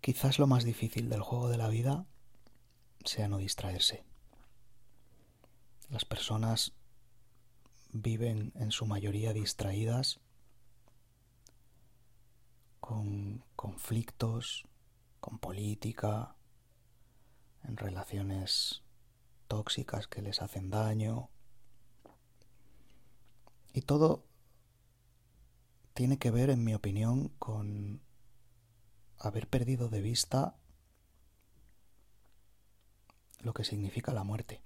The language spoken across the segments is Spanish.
Quizás lo más difícil del juego de la vida sea no distraerse. Las personas viven en su mayoría distraídas con conflictos, con política, en relaciones tóxicas que les hacen daño. Y todo tiene que ver, en mi opinión, con haber perdido de vista lo que significa la muerte.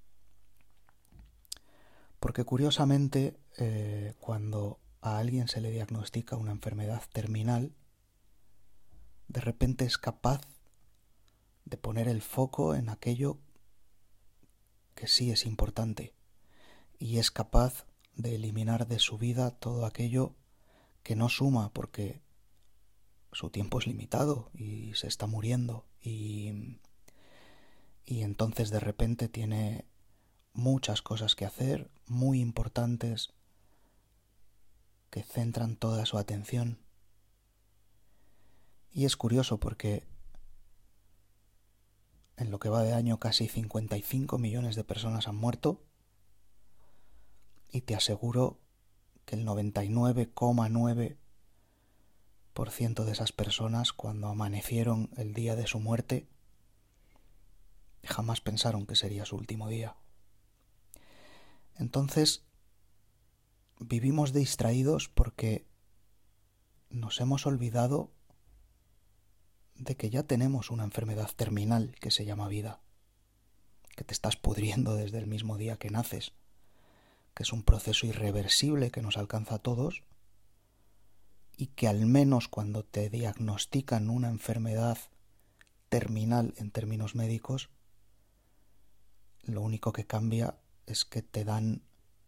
Porque curiosamente, cuando a alguien se le diagnostica una enfermedad terminal, de repente es capaz de poner el foco en aquello que sí es importante y es capaz de eliminar de su vida todo aquello que no suma, porque su tiempo es limitado y se está muriendo y entonces de repente tiene muchas cosas que hacer, muy importantes, que centran toda su atención. Y es curioso porque en lo que va de año casi 55 millones de personas han muerto y te aseguro que el 99,9% de esas personas, cuando amanecieron el día de su muerte, jamás pensaron que sería su último día. Entonces, vivimos distraídos porque nos hemos olvidado de que ya tenemos una enfermedad terminal que se llama vida, que te estás pudriendo desde el mismo día que naces, que es un proceso irreversible que nos alcanza a todos y que al menos cuando te diagnostican una enfermedad terminal en términos médicos, lo único que cambia es que te dan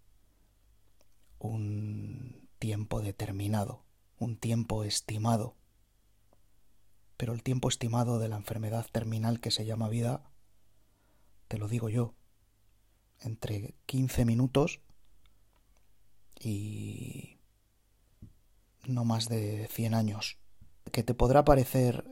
un tiempo determinado, un tiempo estimado. Pero el tiempo estimado de la enfermedad terminal que se llama vida, te lo digo yo, entre 15 minutos y no más de 100 años. Que te podrá parecer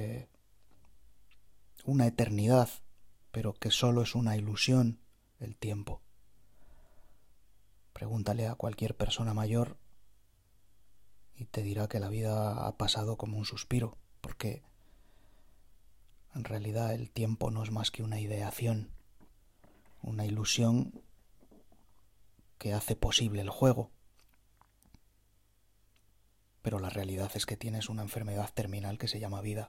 una eternidad, pero que solo es una ilusión el tiempo. Pregúntale a cualquier persona mayor y te dirá que la vida ha pasado como un suspiro, porque en realidad el tiempo no es más que una ideación, una ilusión que hace posible el juego. Pero la realidad es que tienes una enfermedad terminal que se llama vida.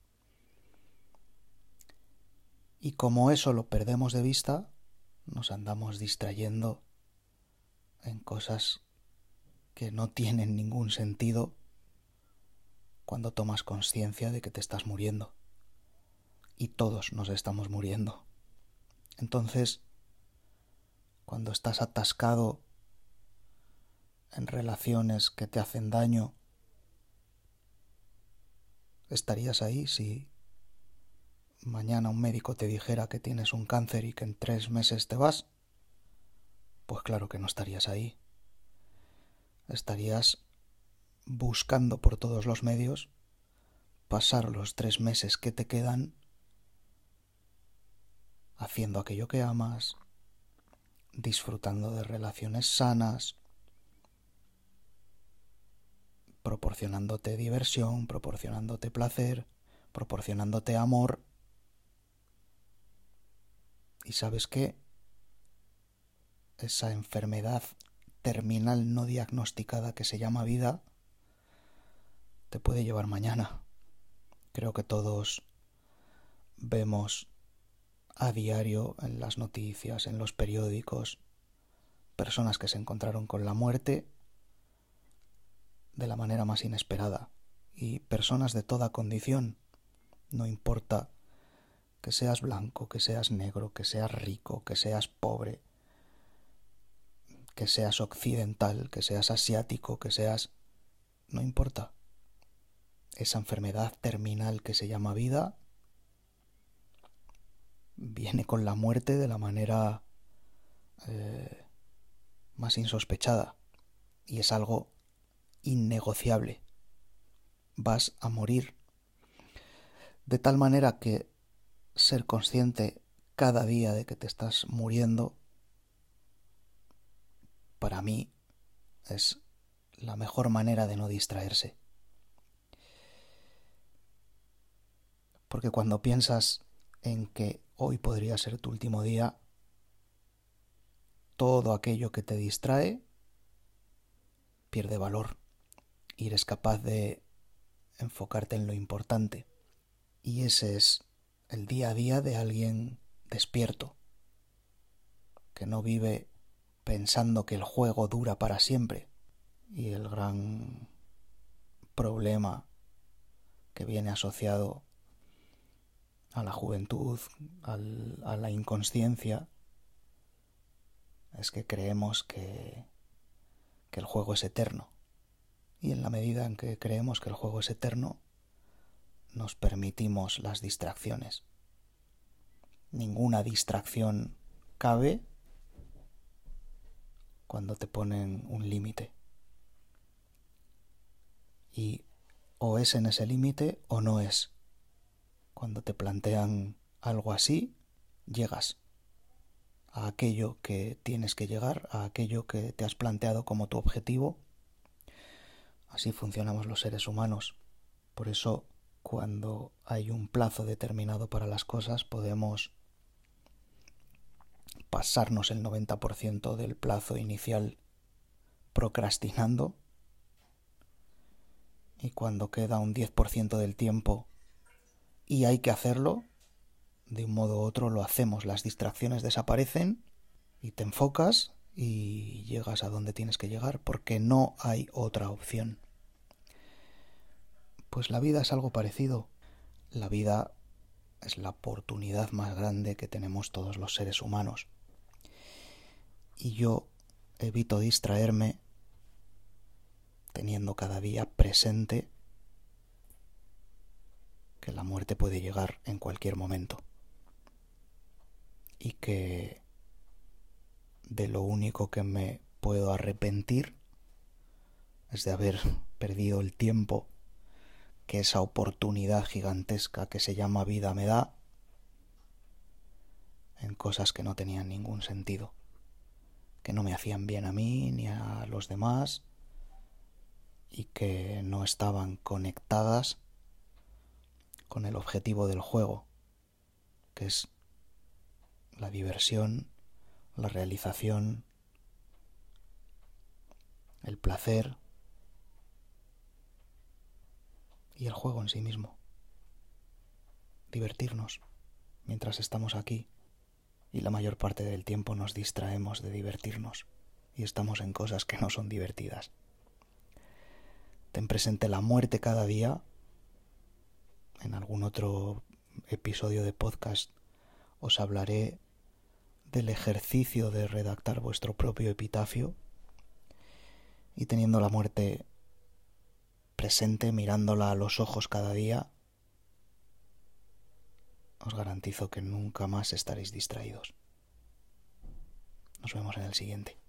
Y como eso lo perdemos de vista, nos andamos distrayendo en cosas que no tienen ningún sentido cuando tomas conciencia de que te estás muriendo. Y todos nos estamos muriendo. Entonces, cuando estás atascado en relaciones que te hacen daño, ¿estarías ahí si mañana un médico te dijera que tienes un cáncer y que en 3 meses te vas? Pues claro que no estarías ahí. Estarías buscando por todos los medios pasar los 3 meses que te quedan haciendo aquello que amas, disfrutando de relaciones sanas, proporcionándote diversión, proporcionándote placer, proporcionándote amor. ¿Y sabes qué? Esa enfermedad terminal no diagnosticada que se llama vida te puede llevar mañana. Creo que todos vemos a diario en las noticias, en los periódicos, personas que se encontraron con la muerte de la manera más inesperada, y personas de toda condición, no importa que seas blanco, que seas negro, que seas rico, que seas pobre, que seas occidental, que seas asiático, que seas... no importa. Esa enfermedad terminal que se llama vida viene con la muerte de la manera más insospechada, y es algo innegociable. Vas a morir. De tal manera que ser consciente cada día de que te estás muriendo, para mí, es la mejor manera de no distraerse. Porque cuando piensas en que hoy podría ser tu último día, todo aquello que te distrae pierde valor y eres capaz de enfocarte en lo importante. Y ese es el día a día de alguien despierto, que no vive pensando que el juego dura para siempre. Y el gran problema que viene asociado a la juventud, a la inconsciencia, es que creemos que el juego es eterno. Y en la medida en que creemos que el juego es eterno, nos permitimos las distracciones. Ninguna distracción cabe cuando te ponen un límite. Y o es en ese límite o no es. Cuando te plantean algo así, llegas a aquello que tienes que llegar, a aquello que te has planteado como tu objetivo. Así funcionamos los seres humanos. Por eso, cuando hay un plazo determinado para las cosas, podemos pasarnos el 90% del plazo inicial procrastinando, y cuando queda un 10% del tiempo y hay que hacerlo, de un modo u otro lo hacemos, las distracciones desaparecen y te enfocas y llegas a donde tienes que llegar, porque no hay otra opción. Pues la vida es algo parecido. La vida es la oportunidad más grande que tenemos todos los seres humanos. Y yo evito distraerme teniendo cada día presente que la muerte puede llegar en cualquier momento. Y que de lo único que me puedo arrepentir es de haber perdido el tiempo que esa oportunidad gigantesca que se llama vida me da en cosas que no tenían ningún sentido, que no me hacían bien a mí ni a los demás y que no estaban conectadas con el objetivo del juego, que es la diversión, la realización, el placer y el juego en sí mismo. Divertirnos mientras estamos aquí, y la mayor parte del tiempo nos distraemos de divertirnos y estamos en cosas que no son divertidas. Ten presente la muerte cada día. En algún otro episodio de podcast os hablaré del ejercicio de redactar vuestro propio epitafio, y teniendo la muerte presente, mirándola a los ojos cada día, os garantizo que nunca más estaréis distraídos. Nos vemos en el siguiente.